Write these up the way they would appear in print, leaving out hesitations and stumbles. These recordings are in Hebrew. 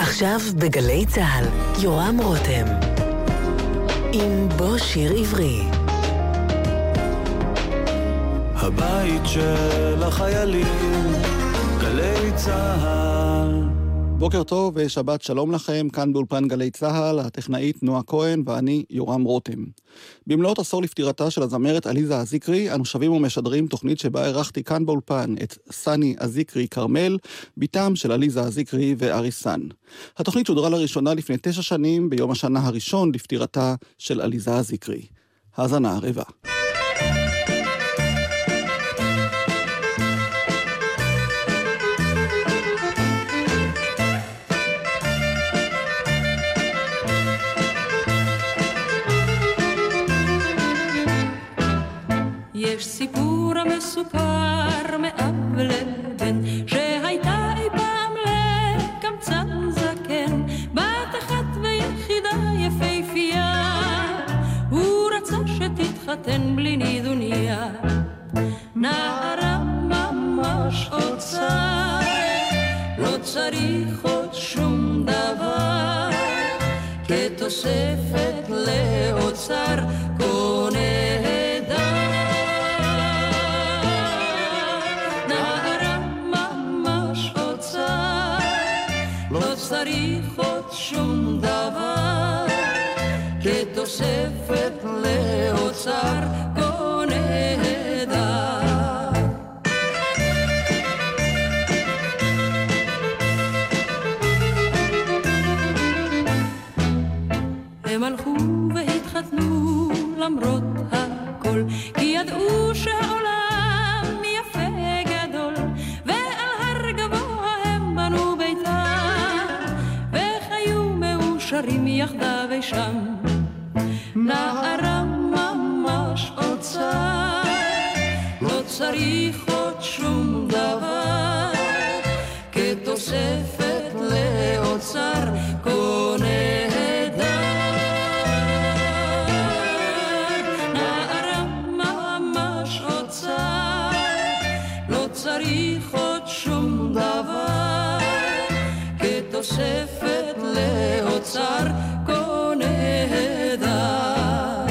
עכשיו בגלי צהל, יורם רותם. עם בו שיר עברי. הבית של החיילים, גלי צהל. בוקר טוב ושבת שלום לכם, כאן באולפן גלי צהל, הטכנאית נועה כהן ואני יורם רותם. במלאות עשור לפטירתה של הזמרת עליזה אזיקרי, אנו שבים ומשדרים תוכנית שבה ערכתי כאן באולפן את סני אזיקרי קרמל, ביתם של עליזה אזיקרי ואריסן. התוכנית שודרה לראשונה לפני 9 שנים, ביום השנה הראשון לפטירתה של עליזה אזיקרי. האזנה ערבה. יש סיפור המסופר מאב לבן שהייתה אי פעם לקמצן זקן בת אחת ויחידה יפהפייה הוא רצה שתתחתן בלי נידוניה נערה ממש אוצר לא צריך עוד שום דבר כתוספת לאוצר קונה צריך עוד שום דבר כתוספת לאוצר כה נהדר. הם הלכו והתחתנו למרות הכל כי ידעו שהעולם יפה גדול ועל הר גבוה הם בנו ביתם שרים יחדיו שם נערה ממש אוצר לא צריך עוד שום דבר כתוספת לאוצר כה נהדר נערה ממש אוצר לא צריך עוד שום דבר כתוספת לאוצר כה נהדר.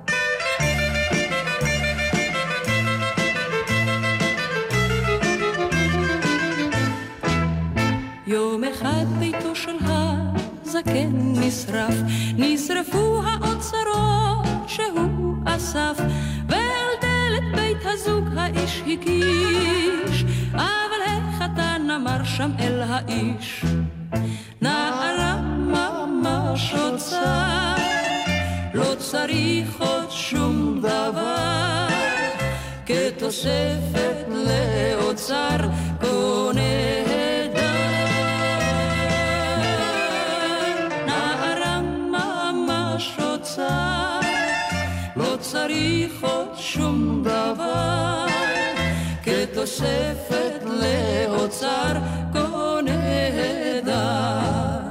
יום אחד ביתו של הזקן נשרף, נשרפו האוצרות שהוא אסף, ועל דלת בית הזוג האיש הקיש, אבל החתן אמר שם אל האיש, נערה ממש אוצר, לא צריך עוד שום דבר, כתוספת לאוצר כה נהדר. נערה ממש אוצר, לא צריך עוד שום דבר, כתוספת לאוצר כה נהדר.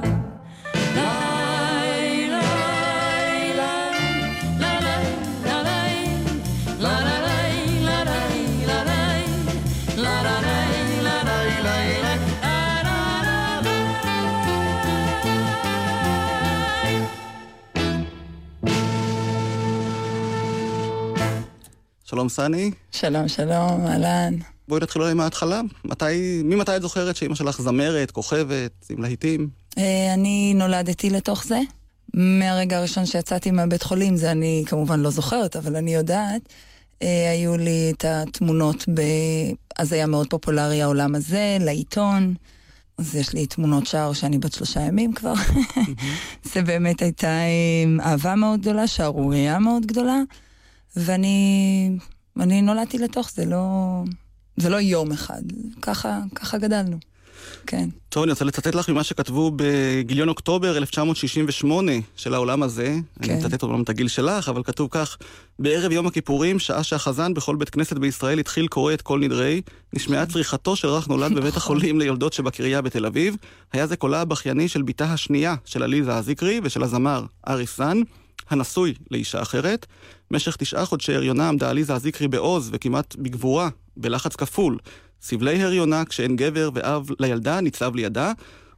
שלום סני. שלום, שלום, אהלן. בואי נתחיל אולי מההתחלה. ממתי את זוכרת שאמא שלך זמרת, כוכבת, עם להיטים? אני נולדתי לתוך זה. מהרגע הראשון שיצאתי מהבית חולים, זה אני כמובן לא זוכרת, אבל אני יודעת. היו לי את התמונות, אז היה מאוד פופולרי העולם הזה, לעיתון. אז יש לי תמונות שער שאני בת 3 ימים כבר. זה באמת הייתה אהבה מאוד גדולה, שערוריה מאוד גדולה. ואני נולדתי לתוך זה לא יום אחד, ככה גדלנו, כן. טוב, אני רוצה לצטט לך ממה שכתבו בגיליון אוקטובר 1968 של העולם הזה, כן. אני מצטט אומנם את הגיל שלך, אבל כתוב כך, בערב יום הכיפורים, שעה שהחזן בכל בית כנסת בישראל התחיל קורא את כל נדרי, נשמעה צריכתו של רך נולד בבית החולים ליולדות שבקריה בתל אביב, היה זה קולה הבכייני של ביתה השנייה של עליזה אזיקרי ושל הזמר אריסן, הנשוי לאישה אחרת. משך 9 חודשי הריונה עמדה עליזה אזיקרי בעוז וכמעט בגבורה, בלחץ כפול. סבלי הריונה כשאין גבר ואב לילדה ניצב לידה,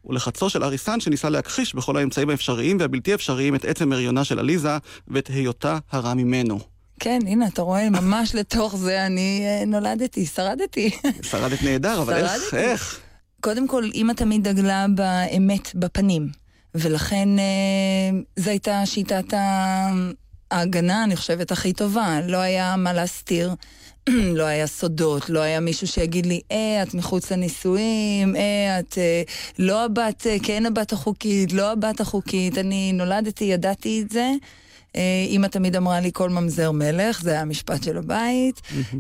ולחצו של אריסן שניסה להכחיש בכל האמצעים האפשריים והבלתי אפשריים את עצם הריונה של עליזה ואת היותה הרע ממנו. כן, הנה, אתה רואה, ממש לתוך זה אני נולדתי, שרדתי. שרדת נהדר, אבל איך? קודם כל, אמא תמיד דגלה באמת בפנים, ולכן זו הייתה שיטת ההגנה, אני חושבת, הכי טובה. לא היה מה להסתיר, לא היה סודות, לא היה מישהו שיגיד לי, את מחוץ לנישואים, את לא הבת, כן הבת החוקית, לא הבת החוקית. אני נולדתי, ידעתי את זה. אמא תמיד אמרה לי כל ממזר מלך, זה היה המשפט של הבית.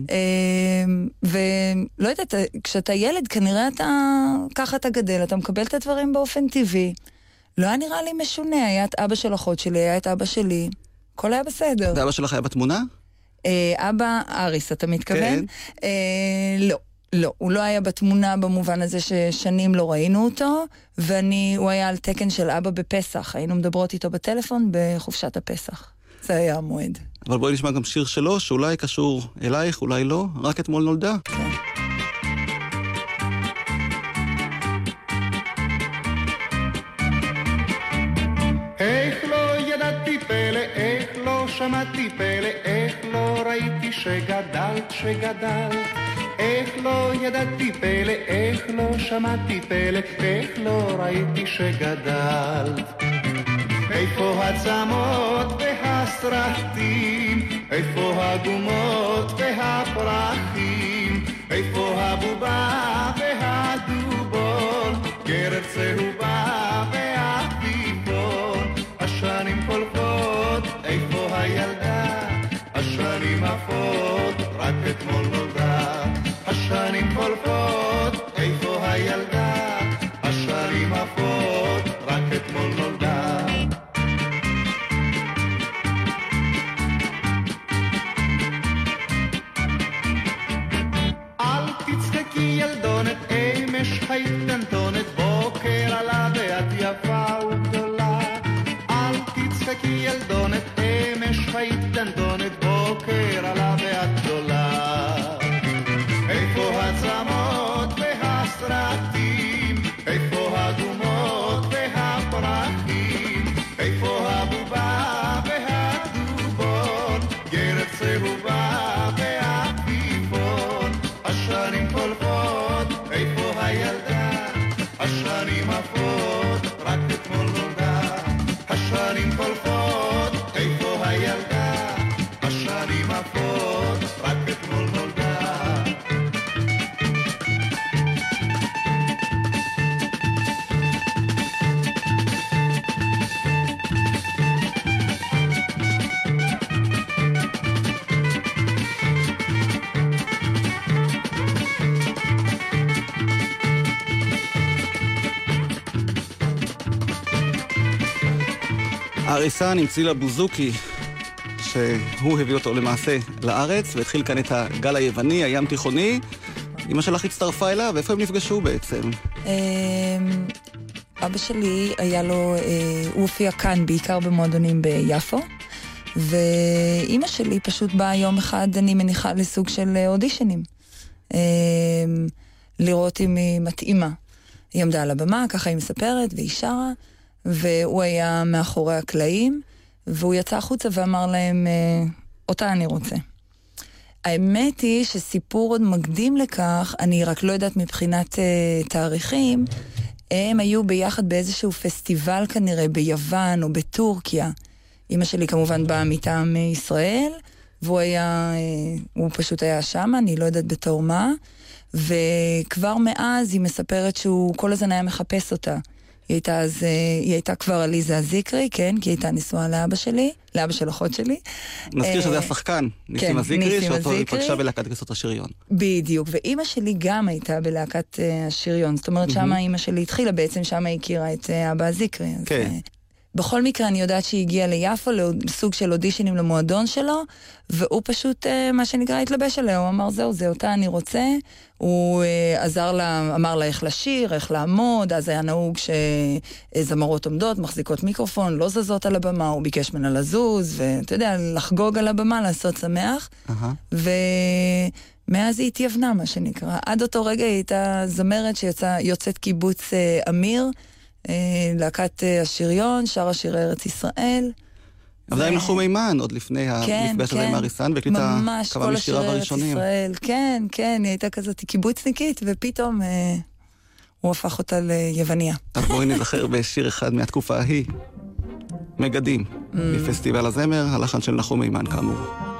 ולא יודעת, כשאתה ילד כנראה ככה אתה גדל, אתה מקבל את הדברים באופן טבעי. לא היה נראה לי משונה, היה את אבא של אחות שלי, היה את אבא שלי, הכל היה בסדר. ואבא שלך היה בתמונה? אבא אריס, אתה מתכוון? כן. לא, הוא לא היה בתמונה במובן הזה ששנים לא ראינו אותו, והוא היה על תקן של אבא בפסח, היינו מדברות איתו בטלפון בחופשת הפסח. זה היה המועד. אבל בואי נשמע גם שיר שלו, שאולי קשור אלייך, אולי לא, רק אתמול נולדה. כן. איך לא ידעתי פלא, איך לא שמעתי פלא, איך לא ראיתי שגדלת, איך לא ידעתי פלא, איך לא שמעתי פלא, איך לא ראיתי שגדלת. איפה הצמות והסרטים, איפה הגומות והפרחים, איפה הבובה והדובון, גרב צהובה והעפיפון. השנים חולפות, איפה הילדה? השנים עפות, רק אתמול נולדה. השנים חולפות, איפה הילדה? השנים עפות, רק אתמול נולדה. אל תצחקי ילדונת, אמש היית קטנטונת, בוקר עלה ואת יפה וגדולה. אל תצחקי ילדונת, אמש היית קטנטונת, בוקר עלה ואת גדולה. איפה הצמות והסרטים, איפה הגומות והפרחים, איפה הבובה והדובון, גרב צהובה והעפיפון. השנים חולפות, איפה הילדה? השנים עפות, רק אתמול נולדה. השנים חולפות, איפה הילדה? השנים עפות, רק אתמול נולדה. אריסן עם צילה בוזוקי, שהוא הביא אותו למעשה לארץ, והתחיל כאן את הגל היווני, הים תיכוני. אמא שלך הצטרפה אליו, ואיפה הם נפגשו בעצם? אבא שלי היה לו, הוא הופיע כאן בעיקר במועדונים ביפו, ואמא שלי פשוט באה יום אחד, אני מניחה, לסוג של אודישנים. לראות אם היא מתאימה. היא עמדה על הבמה, ככה היא מספרת, והיא שרה, והוא היה מאחורי הקלעים, והוא יצא החוצה ואמר להם, אותה אני רוצה. האמת היא שסיפור עוד מקדים לכך, אני רק לא יודעת מבחינת תאריכים, הם היו ביחד באיזשהו פסטיבל כנראה ביוון או בטורקיה. אמא שלי כמובן באה מטעם ישראל, והוא היה, הוא פשוט היה שם, אני לא יודעת בתור מה, וכבר מאז היא מספרת שהוא כל הזמן היה מחפש אותה. היא הייתה כבר עליזה הזיקרי, כן, כי היא הייתה נשואה לאבא שלי, לאבא של אחות שלי. נזכיר שזה השחקן, ניסים הזיקרי, שאותו היא פגשה בלהקת כסות השריון. בדיוק, ואימא שלי גם הייתה בלהקת השריון, זאת אומרת שמה אימא שלי התחילה, בעצם שמה הכירה את אבא הזיקרי. כן. בכל מקרה אני יודעת שהיא הגיעה ליפו לסוג של אודישנים למועדון שלו, והוא פשוט, מה שנקרא, התלבש עליה, הוא אמר זה אותה אני רוצה, הוא עזר לה, אמר לה איך לשיר, איך לעמוד, אז היה נהוג שזמרות עומדות, מחזיקות מיקרופון, לא זזות על הבמה, הוא ביקש ממנה לזוז, ואתה יודע, לחגוג על הבמה, לעשות שמח, ומאז היא התייבנה, מה שנקרא. עד אותו רגע היא הייתה זמרת שיוצאת קיבוץ אמיר, להקת השריון, שר השירי ארץ ישראל. אבל זה עם נחום מימן, עוד לפני המפגש הזה עם אריסן, והקליטה כמה משיריו הראשונים. כן, כן, היא הייתה כזאת קיבוצניקית, ופתאום הוא הפך אותה ליווניה. אז בואי נזכר בשיר אחד מהתקופה ההיא, מגדים, מפסטיבל הזמר, הלחן של נחום מימן כאמור.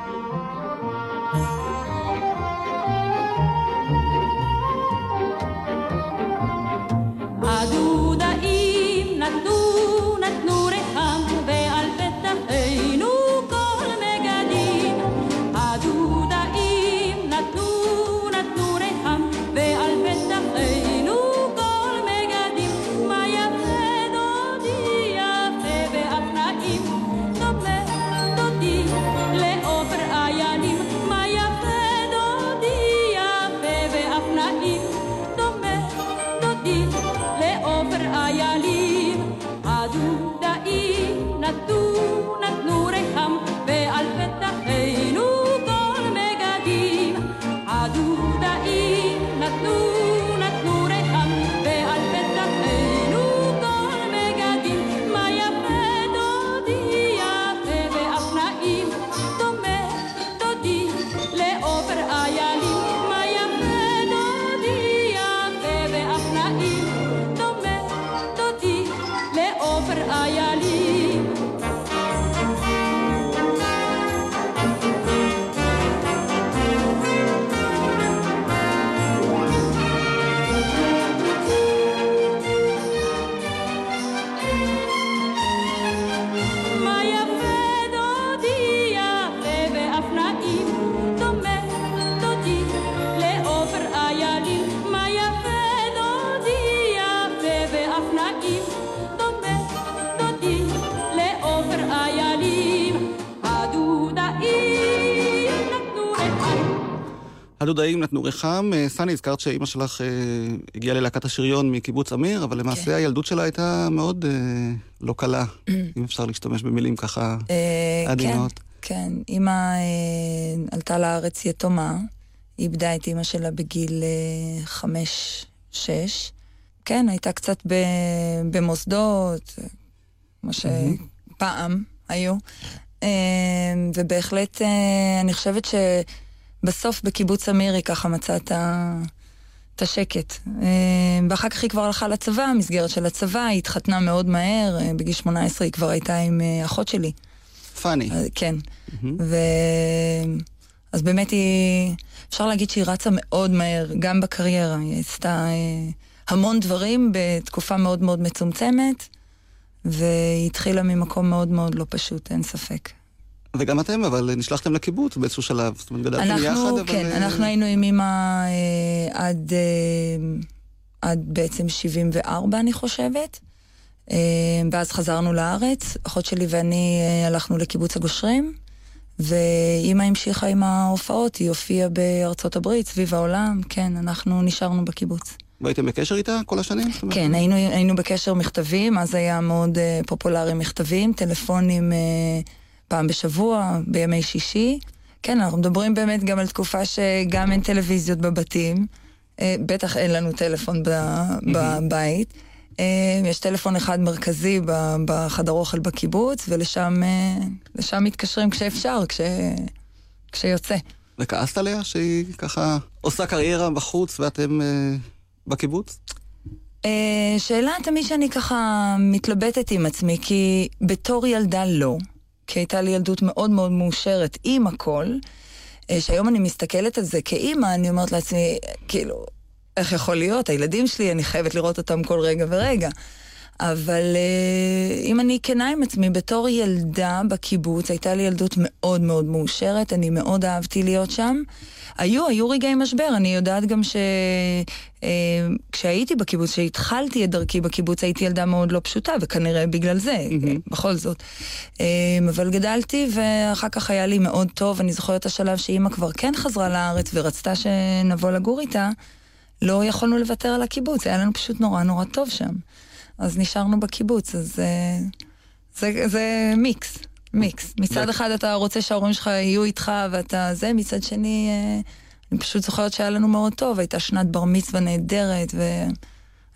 הדודאים נתנו רחם ועל פתחנו כל מגדים. הדודאים נתנו רחם ועל פתחנו כל מגדים. מה יפה דודי יפה ואפנאים, דומה דודי לעופר איילים. מה יפה דודי יפה ואפנאים, דומה דודי לעופר איילים. הדודאים נתנו רחם ועל פתחנו כל מגדים. הדודאים נתנו רחם ועל פתחנו כל מגדים. מה יפה דודי יפה ואפנאים, דומה דודי לעופר איילים. מה יפה דודי יפה ואפנאים, דומה דודי לעופר איילים. מה יפה דודי יפה ואפנאים, דומה דודי לעופר איילים. מה יפה דודי יפה ואפנאים, דומה דודי לעופר איילים. הדודאים נתנו רחם. סני, הזכרת שאימא שלך הגיעה ללהקת השריון מקיבוץ אמיר, אבל למעשה הילדות שלה הייתה מאוד לא קלה, אם אפשר להשתמש במילים ככה עדינות. כן, אימא עלתה לארץ יתומה, איבדה את אימא שלה בגיל 5-6. כן, הייתה קצת במוסדות, כמו שפעם היו. ובהחלט אני חושבת שבסוף בקיבוץ אמיר היא ככה מצאת את השקט. ואחר כך היא כבר הלכה לצבא, המסגרת של הצבא, היא התחתנה מאוד מהר, בגיל 18 היא כבר הייתה עם אחות שלי. פני. כן. אז באמת אפשר להגיד שהיא רצה מאוד מהר, גם בקריירה. היא עשתה המון דברים בתקופה מאוד מאוד מצומצמת, והיא התחילה ממקום מאוד מאוד לא פשוט, אין ספק. וגם אתם, אבל נשלחתם לקיבוץ באיזשהו שלב. זאת אומרת, גדלתם יחד, אבל... כן, אנחנו היינו עם אמא עד בעצם 74, אני חושבת. ואז חזרנו לארץ. אחות שלי ואני הלכנו לקיבוץ הגושרים, ואמא המשיכה עם ההופעות, היא הופיעה בארצות הברית, סביב העולם. כן, אנחנו נשארנו בקיבוץ. והייתם בקשר איתה כל השנים? כן, היינו בקשר מכתבים, אז היה מאוד פופולרי מכתבים, טלפונים פעם בשבוע, בימי שישי. כן, אנחנו מדברים באמת גם על תקופה שגם אין טלוויזיות בבתים, בטח אין לנו טלפון בבית. יש טלפון אחד מרכזי בחדר אוכל בקיבוץ, ולשם מתקשרים כשאפשר, כשיוצא. וכעסת עליה שהיא ככה עושה קריירה בחוץ ואתם בקיבוץ? שאלה תמיד שאני ככה מתלבטת עם עצמי, כי בתור ילדה לא, כי הייתה לי ילדות מאוד מאוד מאושרת עם הכל, שהיום אני מסתכלת על זה כאימא, אני אומרת לעצמי, כאילו, איך יכול להיות? הילדים שלי, אני חייבת לראות אותם כל רגע ורגע. אבל אם אני כנה עם עצמי, בתור ילדה בקיבוץ, הייתה לי ילדות מאוד מאוד מאושרת, אני מאוד אהבתי להיות שם. היו רגעי משבר, אני יודעת גם כשהייתי בקיבוץ, כשהתחלתי את דרכי בקיבוץ, הייתי ילדה מאוד לא פשוטה, וכנראה בגלל זה, בכל זאת. אבל גדלתי, ואחר כך היה לי מאוד טוב, אני זוכרת את השלב שאמא כבר כן חזרה לארץ, ורצתה שנבוא לגור איתה, לא יכולנו לוותר על הקיבוץ, היה לנו פשוט נורא נורא טוב שם. אז נשארנו בקיבוץ, אז זה מיקס. מצד אחד אתה רוצה שההורים שלך יהיו איתך ואתה זה, מצד שני אני פשוט זוכרת שהיה לנו מאוד טוב, הייתה שנת בר מצווה נהדרת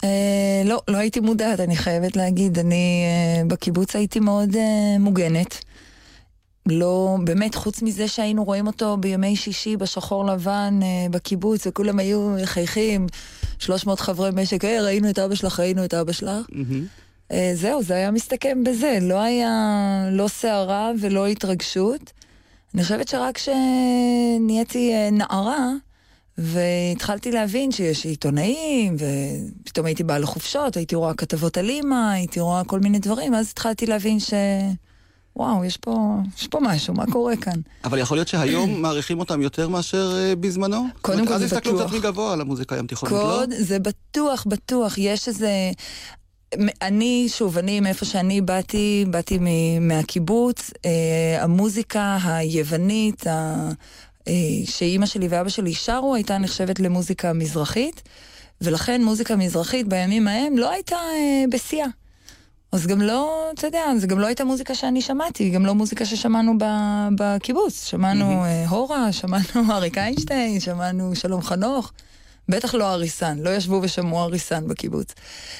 לא הייתי מודעת, אני חייבת להגיד. אני בקיבוץ הייתי מאוד מוגנת. לא, באמת, חוץ מזה שהיינו רואים אותו בימי שישי בשחור לבן בקיבוץ, וכולם היו חייכים, 300 חברי משק, ראינו את אבא שלך, ראינו את אבא שלך. זהו, זה היה מסתכם בזה. לא היה לא שערה ולא התרגשות. אני חושבת שרק שנהייתי נערה, והתחלתי להבין שיש עיתונאים, ופתאום הייתי באה לחופשות, הייתי רואה כתבות על אמא, הייתי רואה כל מיני דברים, אז התחלתי להבין וואו, יש פה משהו, מה קורה כאן? אבל יכול להיות שהיום מעריכים אותם יותר מאשר בזמנו? קודם כל זה בטוח. אז הסתכלו קצת מגבוה על המוזיקה ים תיכונית, לא? זה בטוח, יש איזה... אני מאיפה שאני באתי מהקיבוץ, המוזיקה היוונית, שאימא שלי ואבא שלי שרו, הייתה נחשבת למוזיקה מזרחית, ולכן מוזיקה מזרחית בימים ההם לא הייתה בשיאה. אז גם לא, אתה יודע, זה גם לא הייתה מוזיקה שאני שמעתי, גם לא מוזיקה ששמענו בקיבוץ. שמענו הורה, שמענו אריק איינשטיין, שמענו שלום חנוך, בטח לא אריסן, לא ישבו ושמעו אריסן בקיבוץ.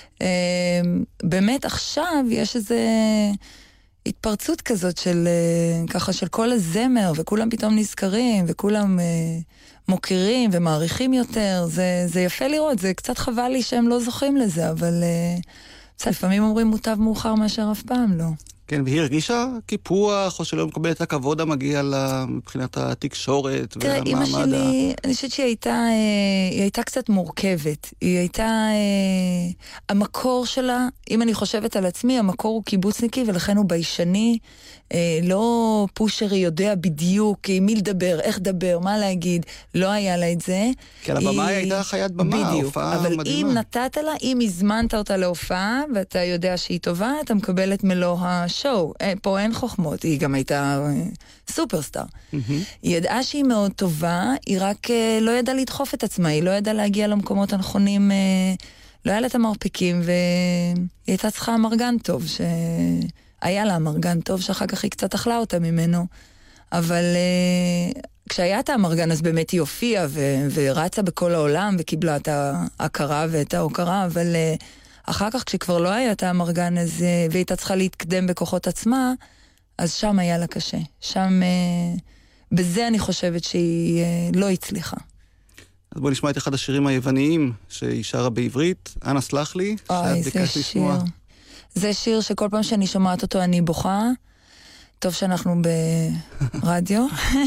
באמת עכשיו יש איזה התפרצות כזאת של ככה של כל הזמר, וכולם פתאום נזכרים, וכולם מוכירים ומעריכים יותר. זה יפה לראות, זה קצת חבל לי שהם לא זוכים לזה, אבל לפעמים אומרים מוטב מאוחר מאשר אף פעם לא. כן, והיא הרגישה קיפוח, או שלא מקבלת את הכבוד המגיע לה מבחינת התקשורת והמעמד. תראה, אמא שלי, אני חושבת שהיא הייתה קצת מורכבת. היא הייתה, המקור שלה, אם אני חושבת על עצמי, המקור הוא קיבוצניקי, ולכן הוא ביישני, לא פושרי יודע בדיוק מי לדבר, איך לדבר, מה להגיד, לא היה לה את זה. כי על הבמה היא הייתה חיית במה, הופעה מדהימה. אבל אם נתת לה, אם הזמנת אותה להופעה, ואתה יודע שהיא טובה, אתה מקבל את מלוא השואו. פה אין חוכמות, היא גם הייתה סופרסטאר. היא ידעה שהיא מאוד טובה, היא רק לא ידעה לדחוף את עצמה, היא לא ידעה להגיע למקומות הנכונים, לא היה לה את המרפקים, והיא הייתה צריכה מרגן טוב, היה לה מרגן טוב שאחר כך היא קצת אכלה אותה ממנו, אבל כשהיה את המרגן אז באמת היא הופיעה ורצה בכל העולם וקיבלה את ההכרה ואת ההוקרה, אבל אחר כך כשכבר לא היה את המרגן אז והייתה צריכה להתקדם בכוחות עצמה, אז שם היה לה קשה. שם, בזה אני חושבת שהיא לא הצליחה. אז בוא נשמע את אחד השירים היווניים שהיא שרה בעברית, אנא סלח לי, שאת ביקשת לשמוע. זה שיר שכל פעם שאני שומעת אותו אני בוכה. טוב שאנחנו ברדיו.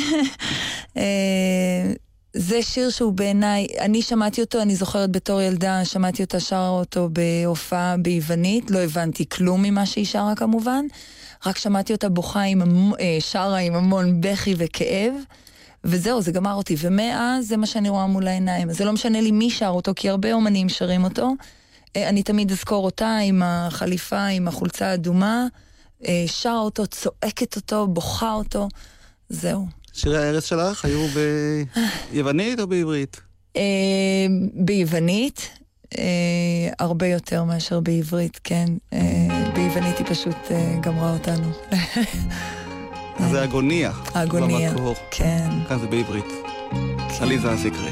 זה שיר שהוא בעיניי, אני שמעתי אותו, אני זוכרת בתור ילדה, שמעתי אותה שרה אותו בהופעה ביוונית, לא הבנתי כלום ממה שהיא שרה כמובן, רק שמעתי אותה בוכה שרה עם המון בכי וכאב, וזהו, זה גמר אותי, ומאז זה מה שאני רואה מול העיניים. אז זה לא משנה לי מי שר אותו, כי הרבה אומנים שרים אותו, אני תמיד אזכור אותה עם החליפה, עם החולצה האדומה, שר אותו, צועקת אותו, בוכה אותו, זהו. שירי הארץ שלך היו ביוונית או בעברית? ביוונית, הרבה יותר מאשר בעברית, כן. ביוונית היא פשוט גמרה אותנו. אז זה אגוניה. אגוניה, כן. כאן זה בעברית. עליזה הסיקרי.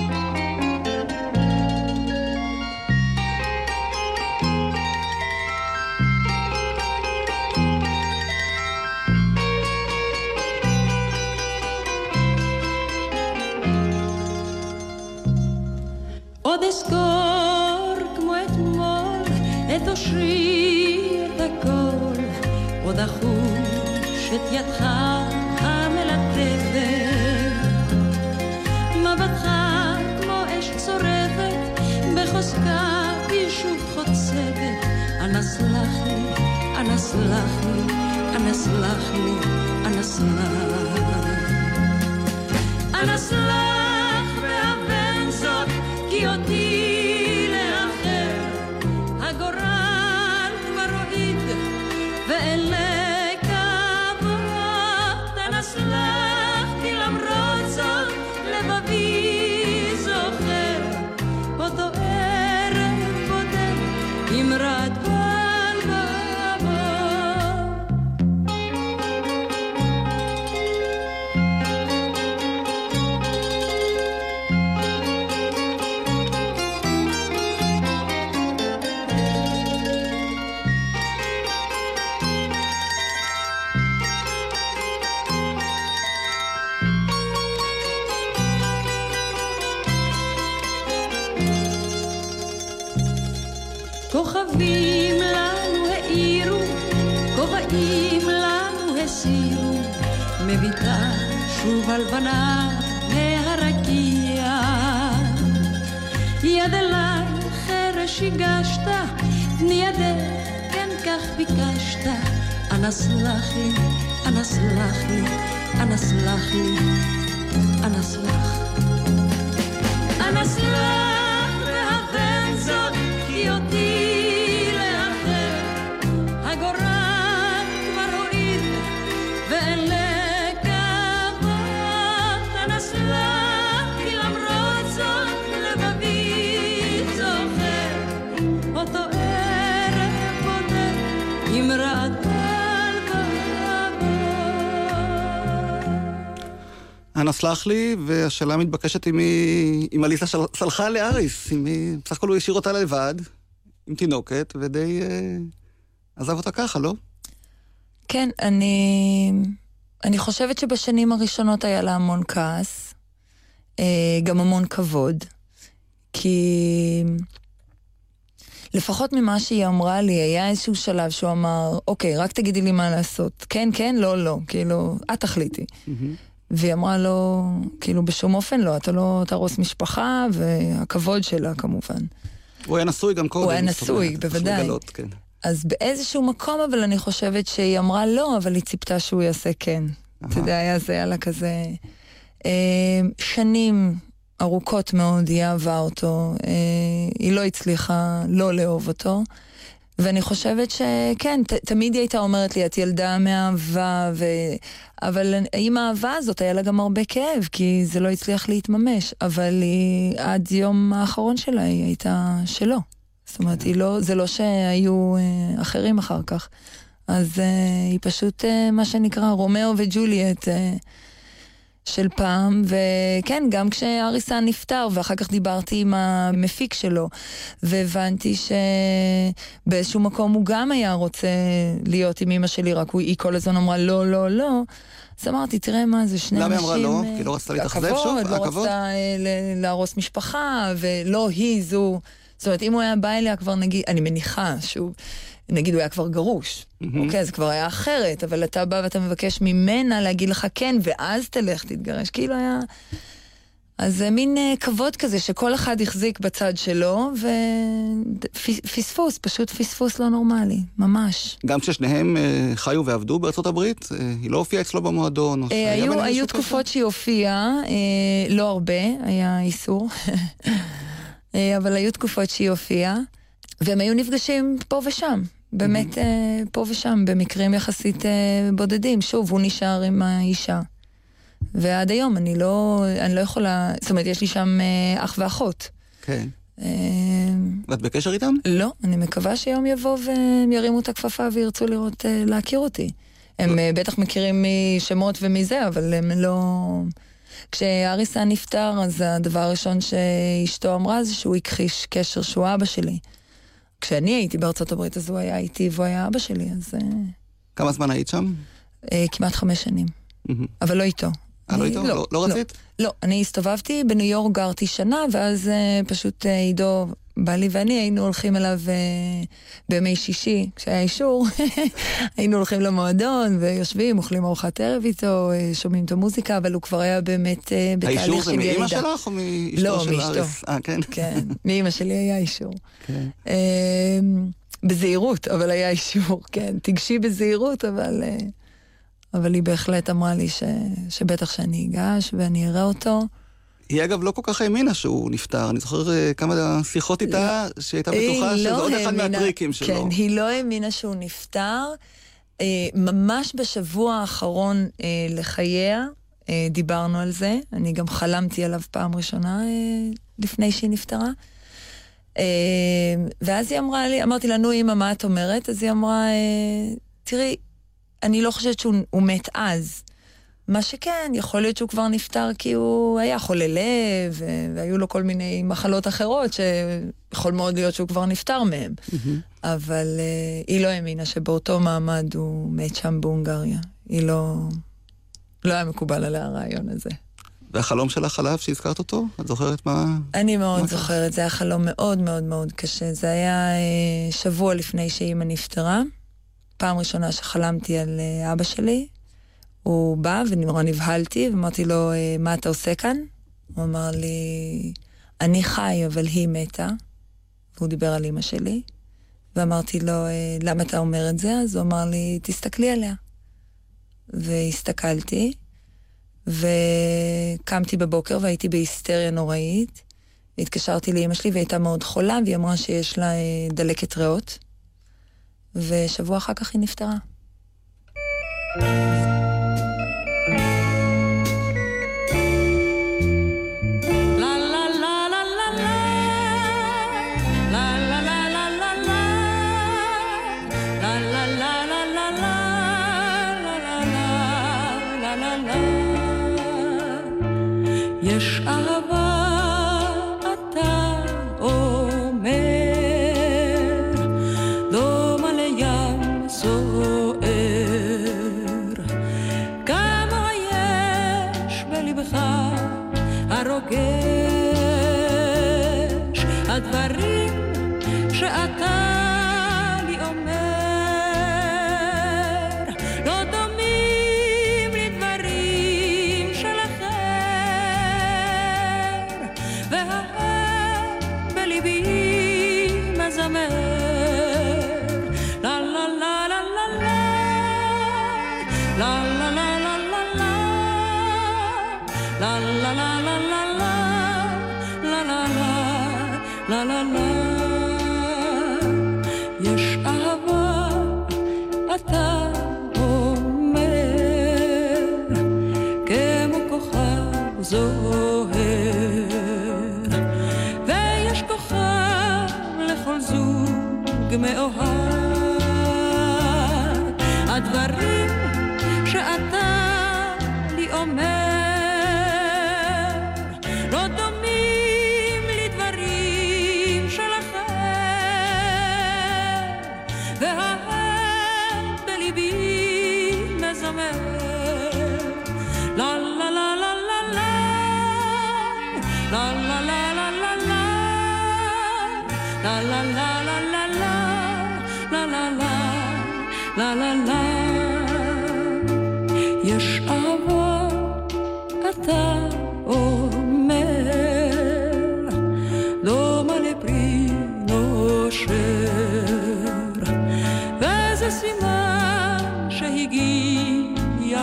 עוד אזכור כמו אתמול את אושרי את הכל, עוד אחוש את ידך המלטפת, מבטך כמו אש צורבת בחוזקה יישוב חוצבת. אנא סלח לי, אנא סלח לי, אנא סלח לי, אנא סלח, אנא סלח והבן זאת כי אותי לאחר הגורל כבר הוריד ואלה כבוד. אנא סלחתי למרות זאת לבבי זוכר אותו ערב בודד עם רד בלבבו. מביטה שוב הלבנה מהרקיע, יד אליי חרש הגשת, תני ידך, כן כך ביקשת, אנא סלח לי, אנא סלח לי, אנא סלח לי, אנא סלח, אנא סלח והבן זאת כי אותי לאחר, הגורל כבר הועיל ואין לקוות, אנא סלח כי למרות זאת לבבי זוכר אותו ערב בודד עם רעדה. אנא סלח לי, והשאלה המתבקשת אם אליסה סלחה לאריס, בסך הכל הוא השאיר אותה לבד, עם תינוקת, ודי עזב אותה ככה, לא? כן, אני חושבת שבשנים הראשונות היה לה המון כעס, גם המון כבוד, כי לפחות ממה שהיא אמרה לי, היה איזשהו שלב שהוא אמר, אוקיי, רק תגידי לי מה לעשות. כן, כן, לא, לא, כאילו, את תחליטי. והיא אמרה לו, כאילו, בשום אופן לא, אתה לא תרוס משפחה, והכבוד שלה כמובן. הוא היה נשוי גם קודם. הוא היה נשוי, בוודאי. גלות, כן. אז באיזשהו מקום, אבל אני חושבת שהיא אמרה לא, אבל היא ציפתה שהוא יעשה כן. אתה יודע, זה היה לה כזה... שנים ארוכות מאוד היא אהבה אותו, היא לא הצליחה לא לאהוב אותו, ואני חושבת שכן, תמיד היא הייתה אומרת לי, את ילדה מאהבה, אבל עם האהבה הזאת היה לה גם הרבה כאב, כי זה לא הצליח להתממש, אבל עד יום האחרון שלה היא הייתה שלו. זאת אומרת, זה לא שהיו אחרים אחר כך. אז היא פשוט מה שנקרא רומאו וג'וליאט של פעם, וכן, גם כשאריסה נפטר, ואחר כך דיברתי עם המפיק שלו, והבנתי שבאיזשהו מקום הוא גם היה רוצה להיות עם אמא שלי, רק היא כל הזמן אמרה לא, לא, לא. אז אמרתי, תראה מה, זה שני אנשים... למה אמרה לא? כי לא רצתה להתאכזב שוב? לא רצתה להרוס משפחה, ולא היא זו... זאת אומרת, אם הוא היה בא אליה כבר נגיד, אני מניחה שהוא... נגיד הוא היה כבר גרוש, אוקיי, זה כבר היה אחרת, אבל אתה בא ואתה מבקש ממנה להגיד לך כן, ואז תלך תתגרש, כאילו היה... אז זה מין כבוד כזה שכל אחד החזיק בצד שלו, ופספוס, פשוט פספוס לא נורמלי, ממש. גם כששניהם חיו ועבדו בארצות הברית, היא לא הופיעה אצלו במועדון? היו תקופות שהיא הופיעה, לא הרבה, היה איסור, אבל היו תקופות שהיא הופיעה, והם היו נפגשים פה ושם. באמת פה ושם, במקרים יחסית בודדים. שוב, הוא נשאר עם האישה. ועד היום אני לא יכולה... זאת אומרת, יש לי שם אח ואחות. כן. ואת בקשר איתם? לא, אני מקווה שיום יבוא והם ירימו את הכפפה וירצו להכיר אותי. הם בטח מכירים משמות ומזה, אבל הם לא... כשאריסה נפטר, אז הדבר הראשון שאשתו אמרה זה שהוא הכחיש קשר שהוא אבא שלי. כשאני הייתי בארצות הברית, אז הוא היה איתי והוא היה אבא שלי, אז... כמה זמן היית שם? כמעט 5 שנים. אבל לא איתו. לא איתו? לא רצית? לא, אני הסתובבתי, בניו יורק גרתי שנה, ואז פשוט עידו בא לי ואני היינו הולכים אליו בימי שישי, כשהיה אישור, היינו הולכים למועדון ויושבים, אוכלים ארוחת ערב איתו, שומעים את המוזיקה, אבל הוא כבר היה באמת בתהליך של ירידה. האישור זה מאמא שלך או מאשתו של אריס? לא, מאשתו. כן, מאמא שלי היה אישור. בזהירות, אבל היה אישור, כן. תגשי בזהירות, אבל היא בהחלט אמרה לי שבטח שאני אגש ואני אראה אותו. היא אגב לא כל כך האמינה שהוא נפטר. אני זוכר כמה שיחות איתה שהייתה בטוחה שזה עוד אחד מהטריקים שלו. כן, היא לא האמינה שהוא נפטר. ממש בשבוע האחרון לחייה דיברנו על זה. אני גם חלמתי עליו פעם ראשונה לפני שהיא נפטרה. ואז היא אמרה לי, אמרתי לה, נו אמא, מה את אומרת? אז היא אמרה, תראי, אני לא חושבת שהוא מת אז. מה שכן, יכול להיות שהוא כבר נפטר כי הוא היה חולה לב, והיו לו כל מיני מחלות אחרות שיכול מאוד להיות שהוא כבר נפטר מהם. אבל היא לא האמינה שבאותו מעמד הוא מת שם בהונגריה. היא לא היה מקובל עליה הרעיון הזה. והחלום שלך חלב שהזכרת אותו? את זוכרת מה? אני מאוד זוכרת, זה היה חלום מאוד מאוד מאוד קשה. זה היה שבוע לפני שאמא נפטרה. פעם ראשונה שחלמתי על אבא שלי. הוא בא ונורא נבהלתי, ואמרתי לו, מה אתה עושה כאן? הוא אמר לי, אני חי, אבל היא מתה. והוא דיבר על אמא שלי. ואמרתי לו, למה אתה אומר את זה? אז הוא אמר לי, תסתכלי עליה. והסתכלתי, וקמתי בבוקר והייתי בהיסטריה נוראית. התקשרתי לאמא שלי והיא הייתה מאוד חולה, והיא אמרה שיש לה דלקת ריאות. ושבוע אחר כך היא נפטרה. יש אהבה, אתה אומר, דומה לים סוער, כמה יש בלבך הרוגש, הדברים שאתה לי אומר, לא דומים לדברים של אחר, והאב בליבי מזמר, לה לה לה לה לה לה לה לה לה לה לה לה לה לה לה לה. יש אהבה, אתה אומר, כמו כוכב זוהר, ויש כוכב לכל זוג מאוהב, הדברים שאתה לי אומר, לא דומים לדברים של אחר, והאב בליבי מזמר, לה לה לה לה לה לה לה לה לה לה לה לה לה לה לה לה לה לה. יש אהבה, אתה אומר, דומה לפרי נושר, וזה סימן שהגיע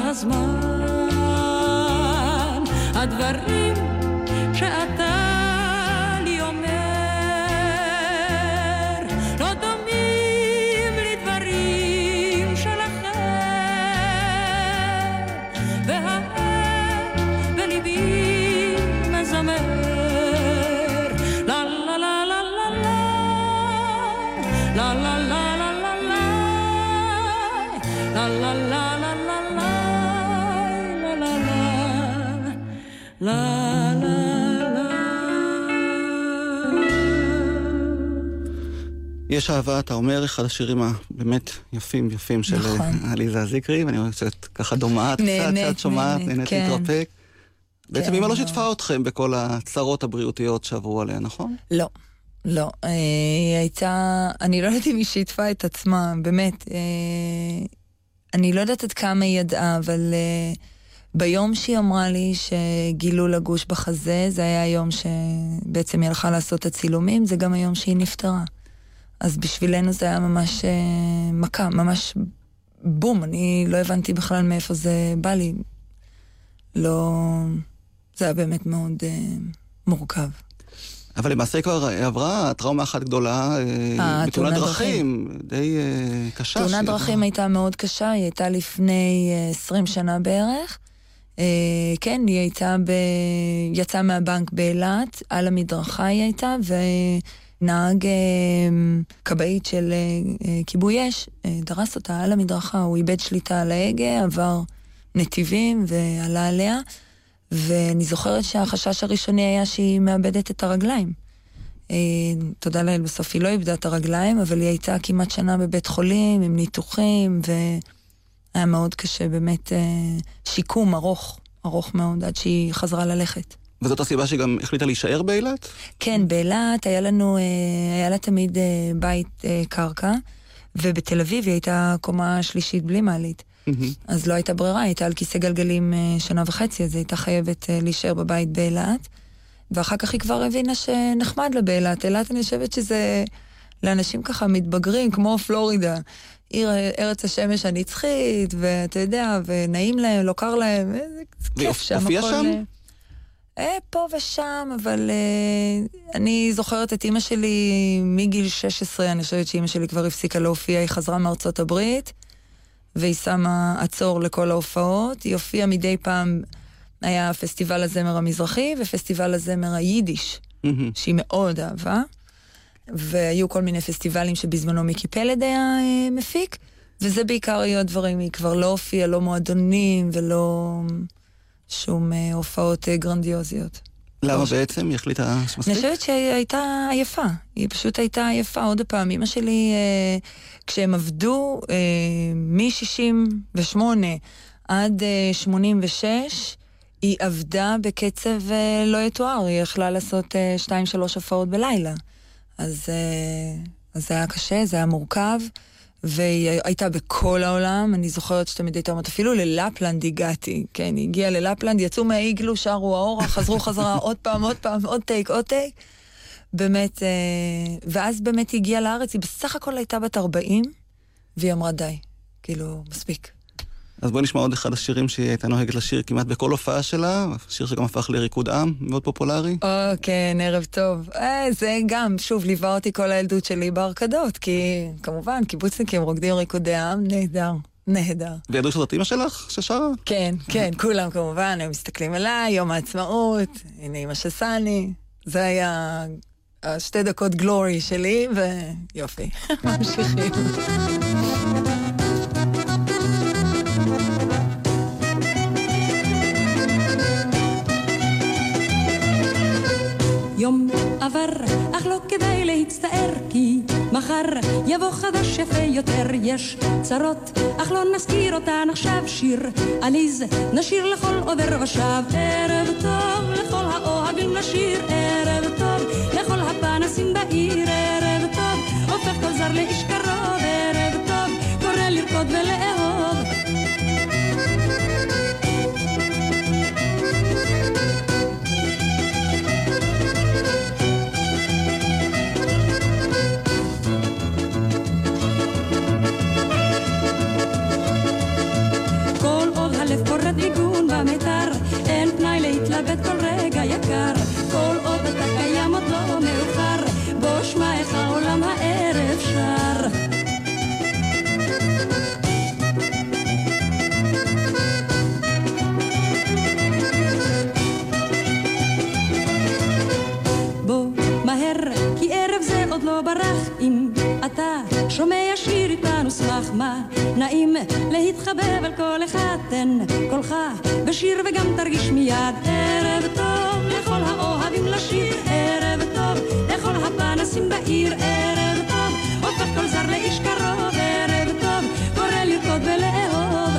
הזמן, הדברים שאתה לי אומר, לא דומים לדברים של אחר, והאב בליבי מזמר, לה לה לה לה לה לה לה לה לה לה לה לה לה לה לה לה. יש אהבה, אתה אומר, אחד השירים הבאמת יפים של עליזה זיקרי, ואני רואה קצת ככה דומעת, קצת שאת שומעת, נהנית להתרפק. בעצם אמא לא שיתפה אתכם בכל הצרות הבריאותיות שעברו עליה, נכון? לא, לא. היא הייתה, אני לא יודעת אם היא שיתפה את עצמה, באמת. אני לא יודעת עד כמה היא ידעה, אבל ביום שהיא אמרה לי שגילו לגוש בחזה, זה היה היום שבעצם היא הלכה לעשות את הצילומים, זה גם היום שהיא נפטרה. אז בשבילנו זה היה ממש מכה, ממש בום, אני לא הבנתי בכלל מאיפה זה בא לי. לא, זה היה באמת מאוד מורכב. אבל למעשה כבר עברה טראומה אחת גדולה, בתאונת דרכים, די קשה. תאונת דרכים הייתה מאוד קשה, היא הייתה לפני 20 שנה בערך. כן, היא הייתה יצאה מהבנק באילת, על המדרכה היא הייתה, ונהג קבעית של כיבוי אש, דרס אותה על המדרכה, הוא איבד שליטה על ההגה, עבר נתיבים ועלה עליה, ואני זוכרת שהחשש הראשוני היה שהיא מאבדת את הרגליים. תודה לאל, בסוף היא לא איבדה את הרגליים, אבל היא הייתה כמעט שנה בבית חולים, עם ניתוחים, והיה מאוד קשה, באמת שיקום ארוך מאוד, עד שהיא חזרה ללכת. וזאת הסיבה שהיא גם החליטה להישאר באילת? כן, באילת היה לה תמיד בית קרקע, ובתל אביב היא הייתה קומה שלישית בלי מעלית. אז לא הייתה ברירה, הייתה על כיסא גלגלים 1.5 שנה, אז הייתה חייבת להישאר בבית באילת. ואחר כך היא כבר הבינה שנחמד לה באילת. אילת אני חושבת שזה לאנשים ככה מתבגרים, כמו פלורידה. עיר ארץ השמש הנצחית, ואתה יודע, ונעים להם, לא קר להם, זה כיף שם. והופיע שם? פה ושם, אבל אני זוכרת את אמא שלי מגיל 16, אני חושבת שאמא שלי כבר הפסיקה להופיע, היא חזרה מארצות הברית, והיא שמה עצור לכל ההופעות, היא הופיעה מדי פעם, היה פסטיבל הזמר המזרחי, ופסטיבל הזמר היידיש, שהיא מאוד אהבה, והיו כל מיני פסטיבלים שבזמנו מיקי פלד היה מפיק, וזה בעיקר היו הדברים, היא כבר לא הופיעה, לא מועדונים ולא שום הופעות גרנדיוזיות. למה בעצם? היא החליטה שמספיק? אני חושבת שהיא הייתה עייפה, היא פשוט הייתה עייפה. עוד פעם, אמא שלי, כשהם עבדו מ-68 עד 86, היא עבדה בקצב לא יתואר, היא יכלה לעשות 2-3 הופעות בלילה. אז זה היה קשה, זה היה מורכב, והיא הייתה בכל העולם. אני זוכרת שתמיד הייתה אומרת, אפילו ללפלנד הגעתי, כן, היא הגיעה ללפלנד, יצאו מהאיגלו, שרו האורה, חזרו חזרה, עוד פעם, עוד טייק, באמת, ואז באמת היא הגיעה לארץ, היא בסך הכל הייתה בת 40, והיא אמרה די, כאילו, מספיק. אז בואי נשמע עוד אחד השירים שהיא הייתה נוהגת לשיר כמעט בכל הופעה שלה, שיר שגם הפך לריקוד עם, מאוד פופולרי. כן, ערב טוב. זה גם, שוב, ליווה אותי כל הילדות שלי בהרקדות, כי כמובן, קיבוצניקים רוקדים ריקודי עם, נהדר. וידעו שזאת אמא שלך ששרה? כן, כולם כמובן, הם מסתכלים אליי, יום העצמאות, הנה אמא שסני, זה היה 2 דקות גלורי שלי, ויופי, ממשיכים. יום עבר, אך לא כדאי להצטער, כי מחר יבוא חדש יפה יותר. יש צרות, אך לא נזכיר אותן עכשיו. שיר עליז נשיר לכל עובר ושב. ערב טוב לכל האוהבים לשיר, ערב טוב לכל הפנסים בעיר, ערב טוב הופך כל זר לאיש קרוב, ערב טוב קורא לרקוד ולאהוב. קורת ניגון במתר, אין פנאי להתלבט כל רגע יקר. כל עוד אתה קיים עוד לא מאוחר, בוא שמע איך העולם הערב שר. בוא מהר, כי ערב זה עוד לא ברח. אם אתה שומע שיר איתנו שמח, מה נעים להתחבב על כל אחד. תן קולך בשיר וגם תרגיש מיד. ערב טוב לכל האוהבים לשיר, ערב טוב לכל הפנסים בעיר, ערב טוב הופך כל זר לאיש קרוב, ערב טוב קורא לרקוד ולאהוב.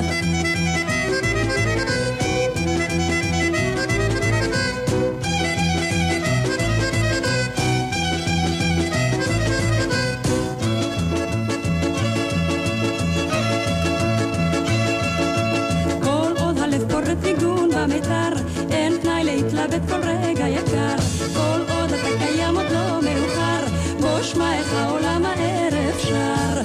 ניגון במתר, אין פנאי להתלבט כל רגע יקר. כל עוד אתה קיים עוד לא מאוחר, בוא שמע איך העולם הערב שר.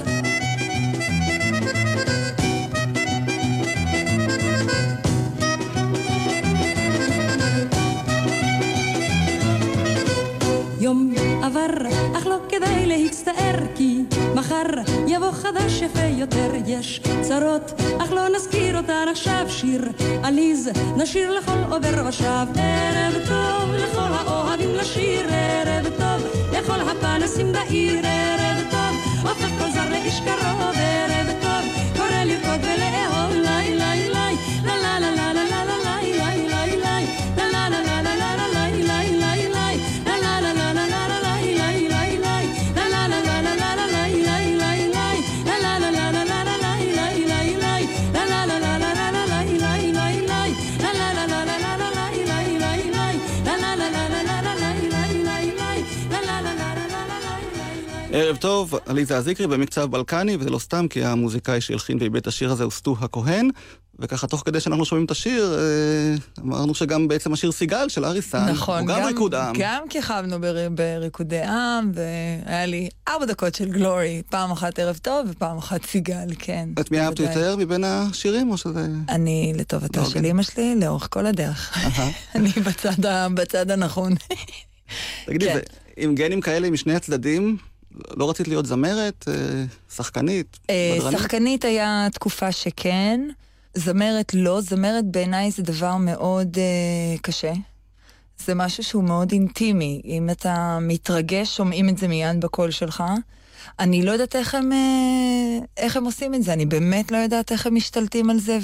יום עבר, אך לא כדאי להצטער, כי מחר יבוא חדש יפה יותר. יש צרות, אך לא נזכיר אותן עכשיו. שיר עליז נשיר לכל עובר ושב. ערב טוב לכל האוהבים לשיר, ערב טוב לכל הפנסים בעיר, ערב טוב הופך כל זר לאיש קרוב, ערב טוב קורא לרקוד ולאהוב. לי לי לי לה לה לה לה לה לה לה לי לי לי לה לה לה לה לה לה לה לי לי לי לה לה לה לה לה לה לה לי לי לי לה לה לה לה לה לה לה לי לי לי לה לה לה לה לה לה לה לי לי לי לה לה לה לה לה לה לה לי לי לי לה לה לה לה לה לה לה לי לי לי לה לה לה לה לה לה לה לי לי לי לה לה לה לה לה לה לה לי לי ערב טוב, עליזה אזיקרי במקצב בלקני, וזה לא סתם כי המוזיקאי שהלחין ואיבד את השיר הזה הוא סטו הכהן, וככה תוך כדי שאנחנו שומעים את השיר, אמרנו שגם בעצם השיר סיגל של אריסן, נכון, הוא גם ריקוד עם. גם כיכבנו בריקודי עם, והיה לי 4 דקות של גלורי, פעם אחת ערב טוב ופעם אחת סיגל, כן. את מי אהבת יותר מבין השירים או שזה... אני לטובתה של אמא שלי לאורך כל הדרך. אני בצד הנכון. תגידי, עם גנים כאלה משני הצדדים, לא רצית להיות זמרת, שחקנית, בדרנית? שחקנית היה תקופה שכן, זמרת לא, זמרת בעיניי זה דבר מאוד קשה. זה משהו שהוא מאוד אינטימי, אם אתה מתרגש, שומעים את זה מיד בקול שלך. אני לא יודעת איך הם עושים את זה, אני באמת לא יודעת איך הם משתלטים על זה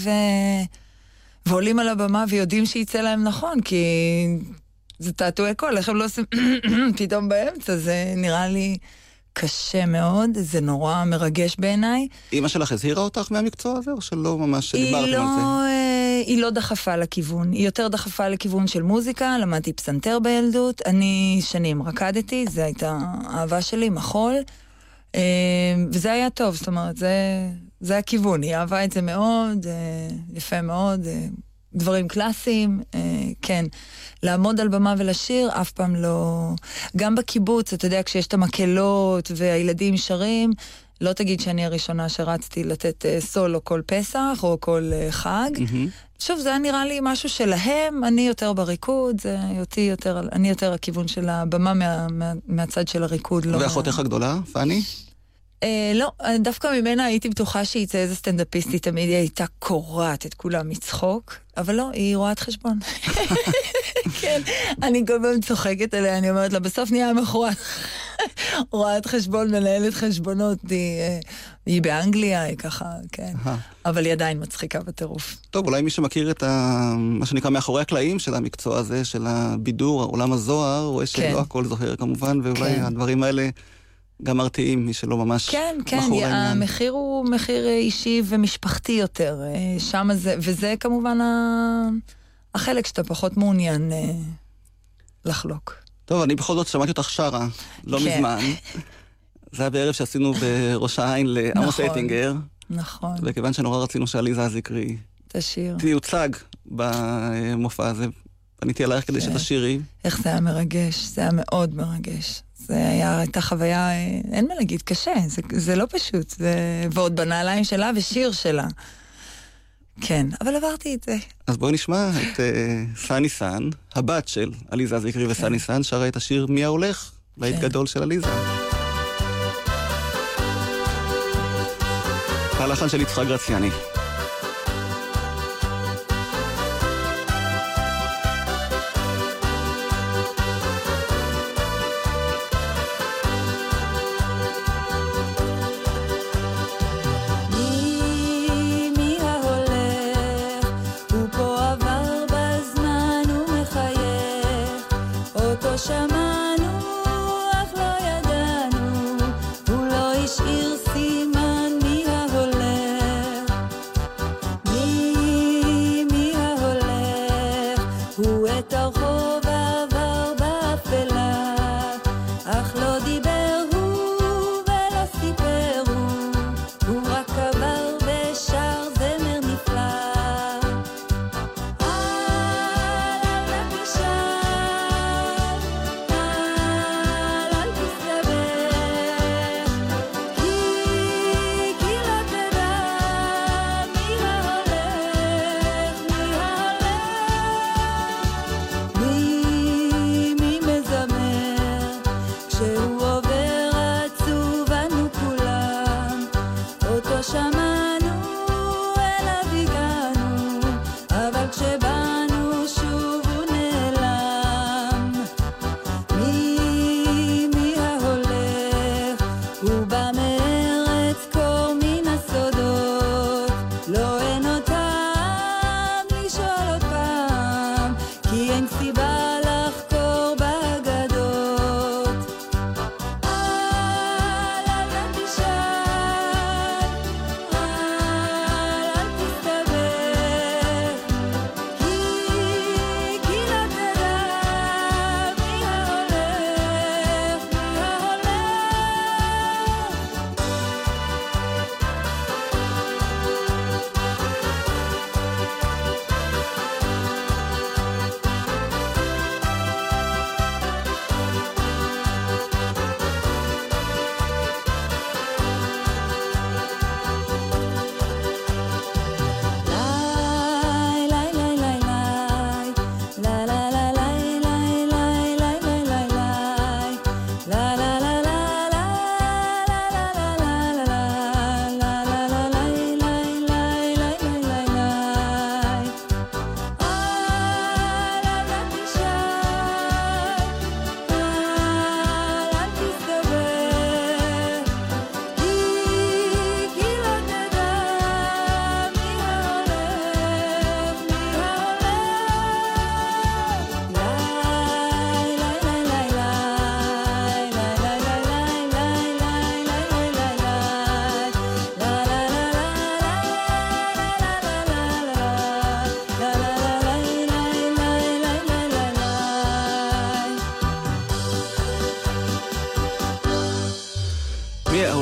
ועולים על הבמה ויודעים שיצא להם נכון, כי זה תעתועי קול, איך הם לא עושים פתאום באמצע, זה נראה לי קשה מאוד, זה נורא מרגש בעיניי. אמא שלך הזהירה אותך מהמקצוע הזה, או שלא ממש דיברתם על זה? היא לא דחפה לכיוון, היא יותר דחפה לכיוון של מוזיקה, למדתי פסנתר בילדות, אני שנים רקדתי, זו הייתה האהבה שלי, מחול, וזה היה טוב, זאת אומרת, זה הכיוון, היא אהבה את זה מאוד, יפה מאוד, דברים קלאסיים, כן. לעמוד על במה ולשיר, אף פעם לא... גם בקיבוץ, אתה יודע, כשיש את המקהלות והילדים שרים, לא תגיד שאני הראשונה שרצתי לתת סולו כל פסח או כל חג. שוב, זה היה נראה לי משהו שלהם, אני יותר בריקוד, אני יותר הכיוון של הבמה מהצד של הריקוד. ואחותך הגדולה, פני? לא, דווקא ממנה הייתי בטוחה שיצא איזה סטנדאפיסטית, תמיד היא הייתה קוראת את כולם מצחוק, אבל לא, היא רואת חשבון. כן, אני כל פעם צוחקת עליה, אני אומרת לה, בסוף נהיה מחורת. רואת חשבון, מנהלת חשבונות, היא באנגליה, היא ככה, כן. אבל היא עדיין מצחיקה בטירוף. טוב, אולי מי שמכיר את מה שנקרא מאחורי הקלעים של המקצוע הזה, של הבידור, עולם הזוהר, רואה שלא הכל זוהר כמובן, ואולי הדברים האלה גם מרתיעים, מי שלא ממש בחור העניין. המחיר הוא מחיר אישי ומשפחתי יותר, שם זה, וזה כמובן החלק שאתה פחות מעוניין לחלוק. טוב, אני בכל זאת שמעתי אותך שרה, לא מזמן. זה היה בערב שעשינו בראש העין לעמוס אטינגר. נכון. וכיוון שנורא רצינו שעליזה אזיקרי תיוצג במופע הזה, פניתי אלייך כדי שתשירי. איך זה היה מרגש, זה היה מאוד מרגש. זה הייתה חוויה, אין מה להגיד, קשה, זה לא פשוט. ועוד בנעליים שלה ושיר שלה. כן, אבל עברתי את זה. אז בואי נשמע את סני סן, הבת של עליזה אזיקרי וסני סן, שרה את השיר מי ההולך, להיט גדול של עליזה. הלחן של יצחק גרציאני. We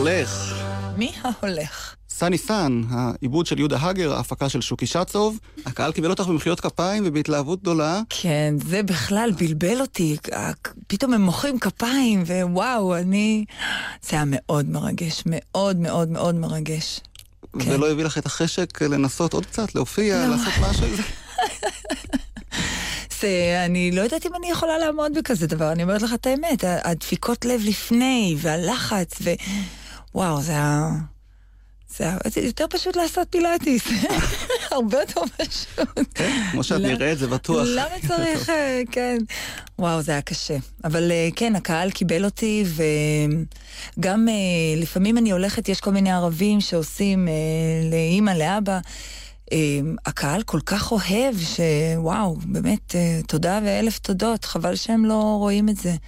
ההולך. מי ההולך? סני סן, העיבוד של יהודה הגר, ההפקה של שוקי שצוב. הקהל קיבל אותך במחיאות כפיים ובהתלהבות גדולה. כן, זה בכלל בלבל אותי. פתאום הם מוחאים כפיים, ווואו, זה היה מאוד מרגש, מאוד מאוד מאוד מרגש. ולא הביא לך את החשק לנסות עוד קצת, להופיע, לעשות משהו? אני לא יודעת אם אני יכולה לעמוד בכזה דבר, אני אומרת לך את האמת, הדפיקות לב לפני, והלחץ, וואו, זה היה יותר פשוט לעשות פילאטיס. הרבה יותר פשוט. כמו שאת נראית, זה בטוח. למה צריך, כן. וואו, זה היה קשה. אבל כן, הקהל קיבל אותי, וגם לפעמים אני הולכת, יש כל מיני ערבים שעושים לאמא, לאבא, הקהל כל כך אוהב שוואו, באמת, תודה ואלף תודות, חבל שהם לא רואים את זה.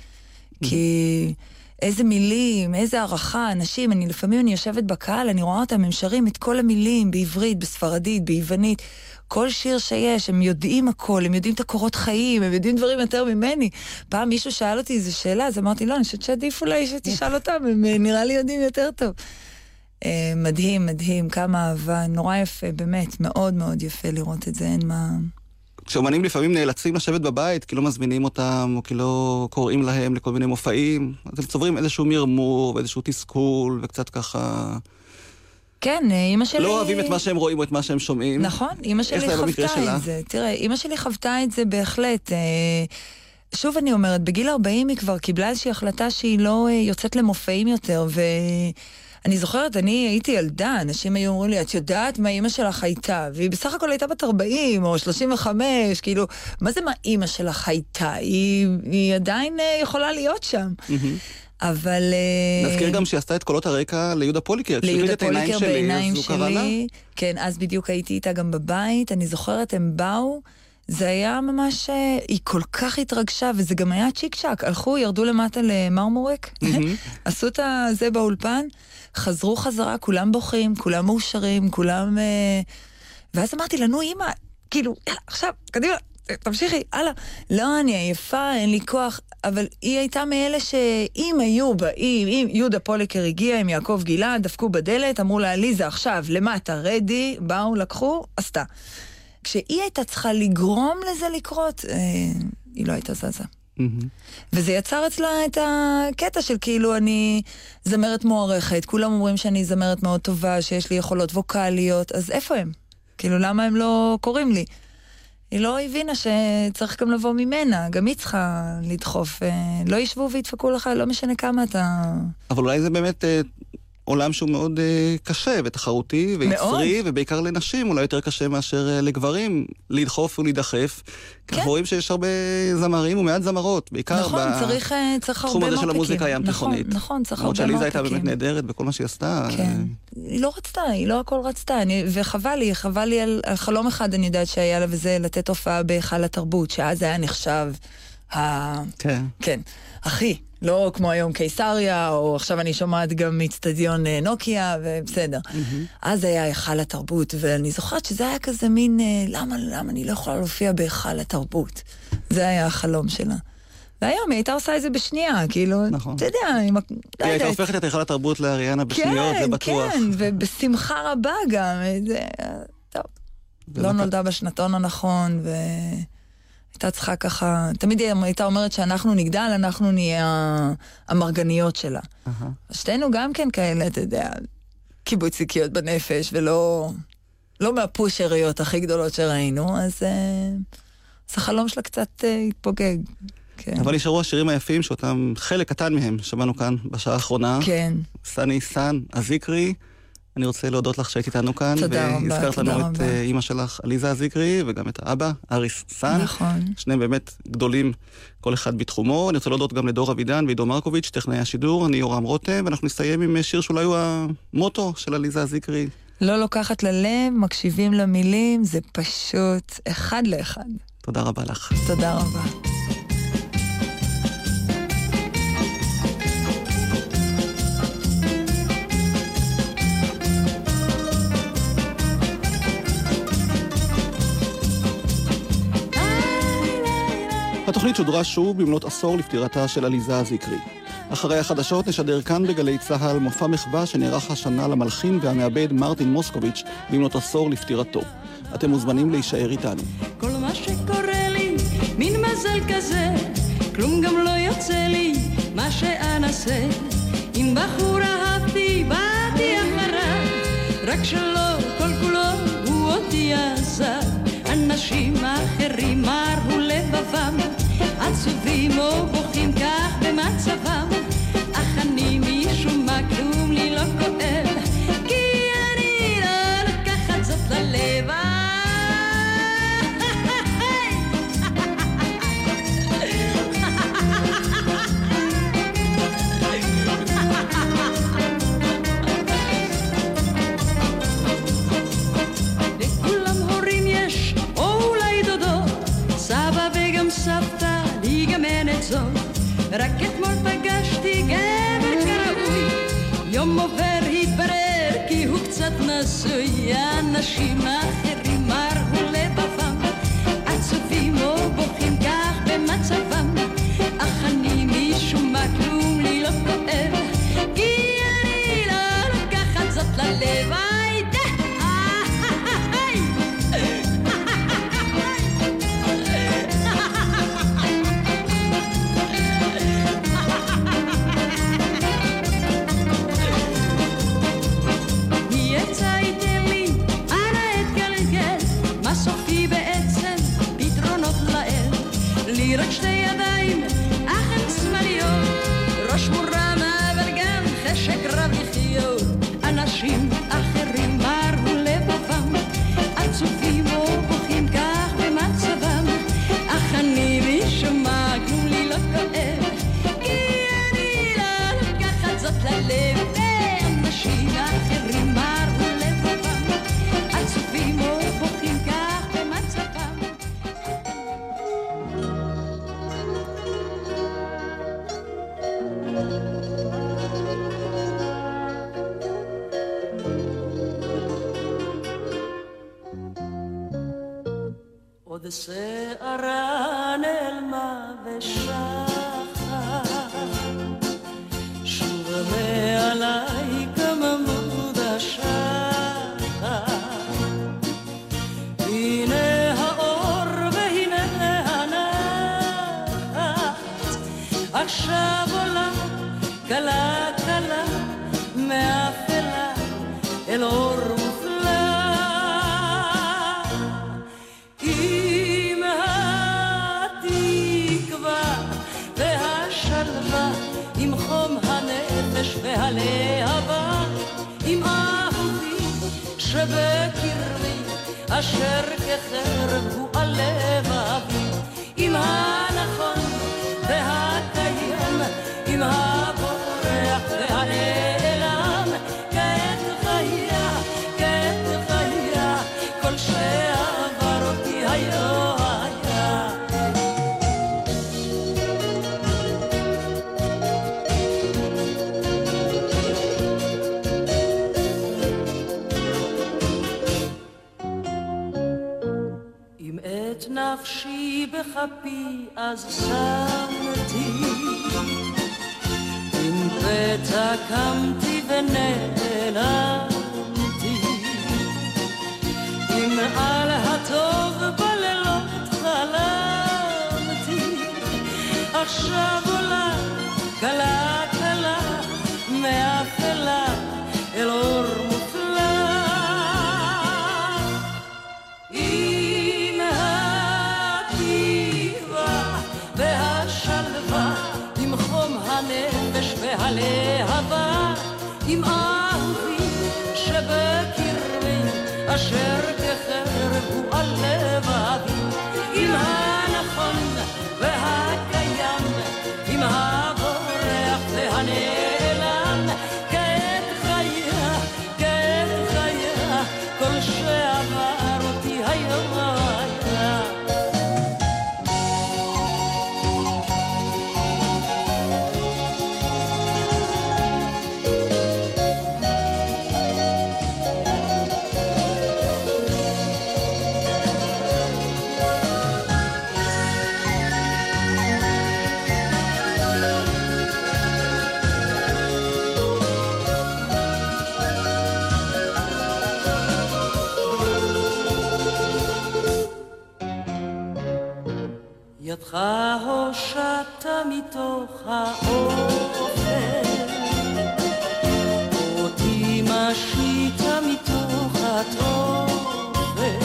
כי איזה מילים, איזה ערכה, אנשים, לפעמים אני יושבת בקהל, אני רואה אותם, הם שרים את כל המילים בעברית, בספרדית, ביוונית, כל שיר שיש, הם יודעים הכל, הם יודעים את הקורות חיים, הם יודעים דברים יותר ממני. פעם מישהו שאל אותי איזו שאלה, אז אמרתי, לא, אני חושבת שעדיף אולי שתשאל אותם, הם נראה לי יודעים יותר טוב. מדהים, מדהים, כמה אהבה, נורא יפה, באמת, מאוד מאוד יפה לראות את זה, אין מה... כשאומנים לפעמים נאלצים לשבת בבית, כי לא מזמינים אותם, או כי לא קוראים להם לכל מיני מופעים, אז הם צוברים איזשהו מרמור, ואיזשהו תסכול, וקצת ככה... כן, אמא שלי... לא אוהבים את מה שהם רואים, או את מה שהם שומעים. נכון, אמא שלי חוותה את זה. תראה, אמא שלי חוותה את זה בהחלט. שוב אני אומרת, בגיל 40 היא כבר קיבלה איזושהי החלטה שהיא לא יוצאת למופעים יותר, אני זוכרת, אני הייתי ילדה, אנשים היו אומרים לי, את יודעת מה אמא שלך הייתה? והיא בסך הכל הייתה בת 40 או 35, כאילו, מה זה מה אמא שלך הייתה? היא עדיין יכולה להיות שם. אבל... נזכיר גם שהיא עשתה את קולות הרקע ליהודה פוליקר. ליהודה פוליקר בעיניים שלי. כן, אז בדיוק הייתי איתה גם בבית, אני זוכרת, הם באו, זה היה ממש... היא כל כך התרגשה, וזה גם היה צ'יק צ'ק. הלכו, ירדו למטה למרמורק, עשו את זה באולפן, חזרו חזרה, כולם בוכים, כולם מאושרים, כולם... ואז אמרתי לנו, אמא, כאילו, יאללה, עכשיו, קדימה, תמשיכי, הלאה. לא, אני עייפה, אין לי כוח, אבל היא הייתה מאלה שאם היו באים, אם יהודה פוליקר הגיע עם יעקב גלעד, דפקו בדלת, אמרו לה, ליזה, עכשיו, למטה, רדי, באו, לקחו, עשתה. כשהיא הייתה צריכה לגרום לזה לקרות, היא לא הייתה זזה. וזה יצר אצלה את הקטע של כאילו אני זמרת מוערכת, כולם אומרים שאני זמרת מאוד טובה, שיש לי יכולות ווקליות, אז איפה הם? כאילו למה הם לא קוראים לי? היא לא הבינה שצריך גם לבוא ממנה, גם היא צריכה לדחוף, לא ישבו וידפקו לך, לא משנה כמה אתה... אבל אולי זה באמת... עולם שהוא מאוד קשה ותחרותי ויצרי, ובעיקר לנשים אולי יותר קשה מאשר לגברים, לדחוף ולהידחף. כי אנחנו רואים שיש הרבה זמרים ומעט זמרות, בעיקר בתחום הזה של המוזיקה הים תיכונית. נכון, צריך הרבה מרתקים. שליזה הייתה באמת נהדרת בכל מה שהיא עשתה. כן, היא לא רצתה, היא לא הכל רצתה, וחבל לי על חלום אחד, אני יודעת שהיה לה, וזה לתת הופעה בהיכל התרבות, שאז היה נחשב כן, אחי. לא כמו היום קיסריה, או עכשיו אני שומעת גם מצטדיון נוקיה, ובסדר. אז היה היכל התרבות, ואני זוכרת שזה היה כזה מין, למה אני לא יכולה להופיע בהיכל התרבות? זה היה החלום שלה. והיום היא הייתה עושה את זה בשנייה, כאילו, אתה יודע, היא הייתה הופכת את היכל התרבות לאריאנה בשניות, זה בטוח. כן, ובשמחה רבה גם, טוב. לא נולדה בשנתון הנכון, הייתה צריכה ככה, תמיד הייתה אומרת שאנחנו נגדל, אנחנו נהיה המרגניות שלה. שתינו גם כן כאלה, אתה יודע, קיבוציקיות בנפש, ולא מהפושריות הכי גדולות שראינו, אז החלום שלה קצת התפוגג. אבל נשארו השירים היפים, שאותם חלק קטן מהם שמענו כאן בשעה האחרונה. כן. סני סן, הזיקרי. אני רוצה להודות לך שהיית איתנו כאן, והזכרת לנו את אמא שלך, עליזה הזיקרי, וגם את האבא, אריס סן. נכון. שניהם באמת גדולים, כל אחד בתחומו. אני רוצה להודות גם לדור אבידן ועידו מרקוביץ', טכנאי השידור, אני יורם רותם, ואנחנו נסיים עם שיר שאולי הוא המוטו של עליזה הזיקרי. לא לוקחת ללב, מקשיבים למילים, זה פשוט אחד לאחד. תודה רבה לך. תודה רבה. התוכנית שודרה שוב במלאת עשור לפטירתה של עליזה הזיקרי. אחרי החדשות נשדר כאן בגלי צהל מופע מחווה שנערך השנה למלחין והמעבד מרטין מוסקוביץ' במנות עשור לפטירתו. אתם מוזמנים להישאר איתנו. כל מה שקורה לי, מין מזל כזה, כלום גם לא יוצא לי, מה שאנסה. אם בחור אהבתי, באתי אחריו, רק שלא כל כולו הוא אותי עזב. אנשים אחרים מרו לבבם, עצובים או בוכים כך במצבם, אך אני משום מה כלום לי לא כואב, כי אני לא לקחת זאת ללב. סבתא, לי גם אין את זאת, רק אתמול פגשתי גבר כראוי, יום עובר התברר כי הוא קצת נשוי. אנשים אחרים מרו לבבם, עצובים או בוכים כך במצבם, אך אני משום מה כלום לי לא כואב, כי אני לא לקחת זאת ללב. רק שתי ידיים, אך הן שמאליות, ראש מורם אבל גם חשק רב לחיות. אנשים אחרים מרו לבבם, עצובים או בוכים כך במצבם, אך אני משום מה כלום לי לא כואב, כי אני לא לקחת זאת ללב. אנשים אחרים מרו לבבם, עצובים או בוכים כך במצבם. עוד שערה נעלמה ושחר, שוב מעלי גם עמוד השחר, הנה האור והנה הנחת, עכשיו עולה קלה קלה מאפלה אל אור מופלא. עם חום הנפש והלהבה, עם אהובי שבקרבי, אשר כחרב הוא על לבבי, עם הנכון והקיים, עם הבורח והנעלם, כעת חיה, כעת חיה, כל שעבר אותי היום. נפשי בחפי אז שמתי, אם פתע קמתי ונעלמתי, אם על הטוב בלילות חלמתי, עכשיו עולה קלה קלה מאפלה אל אור מופלא. עם חום הנפש והלהבה, עם אהובי שבקרבי, אשר כחרב הוא על לבבי, עם הנכון והקיים, עם הבורח והנעלם, כעת חיה, כעת חיה, כל שעבר אותי היום היה. ידך הושעת מתוך האופן, אותי משית מתוך התופת,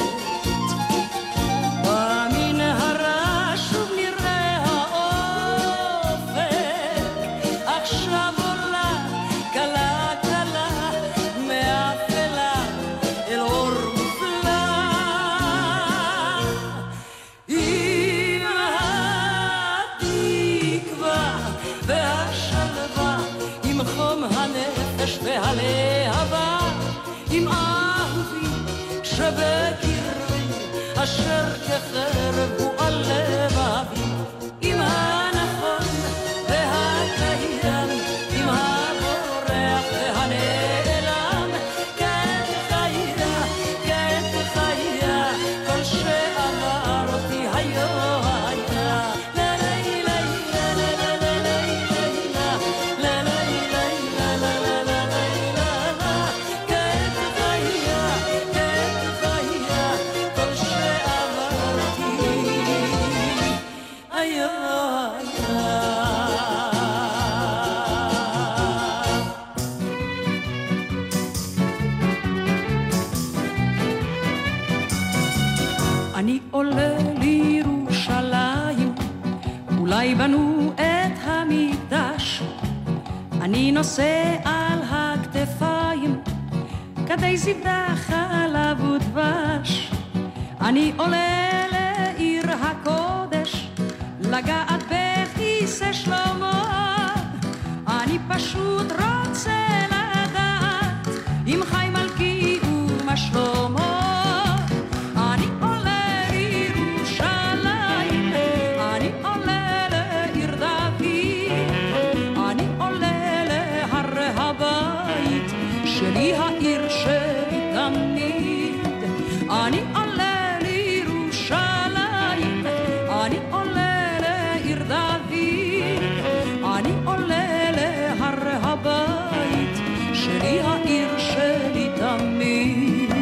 במנהרה שוב נראה האופק, עכשיו עולה קלה קלה מאפלה אל אור מופלא, עם התקווה והשלווה, עם חום הנפש והלהבה, עם אהובי שבקרבי אשר כחרב הוא על לבבי, עם הנכון והקיים, עם הבורח והנעלם, כעת חיה, כעת חיה, כל שעברתי היום היה אני עולה לירושלים, אולי בנו את המקדש, אני נושא על הכתפיים כדי זבדה חלב ודבש, אני עולה לעיר הקודש לגעת בכיסא שלמה, אני פשוט רוצה לדעת אם חי מלכי ומה שלמה, אני עולה לירושלים, אני עולה לעיר דוד, אני עולה להר הבית שלי, העיר שלי תמיד, אני עולה לירושלים, אני עולה לעיר דוד, אני עולה להר הבית שלי, העיר שלי תמיד.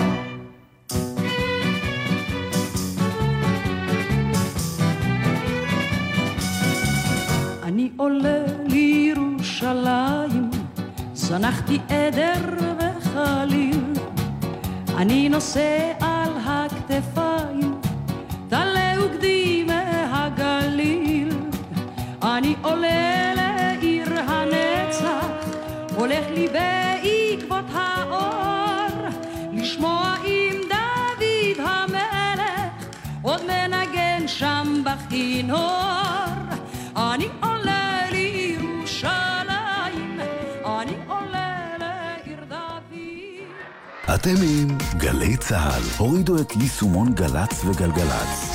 אני עולה לירושלים, זנחתי עדר וחליל, אני נושא על הכתפיים טלה וגדי מהגליל, אני עולה לעיר הנצח, הולך לי בעקבות האור, לשמוע עם דוד המלך עוד מנגן שם בכינור, אני עולה לירושלים, אני עולה לעיר דוד. אתם עם גלי צהל, הורידו את יישומון גלץ וגלגלץ.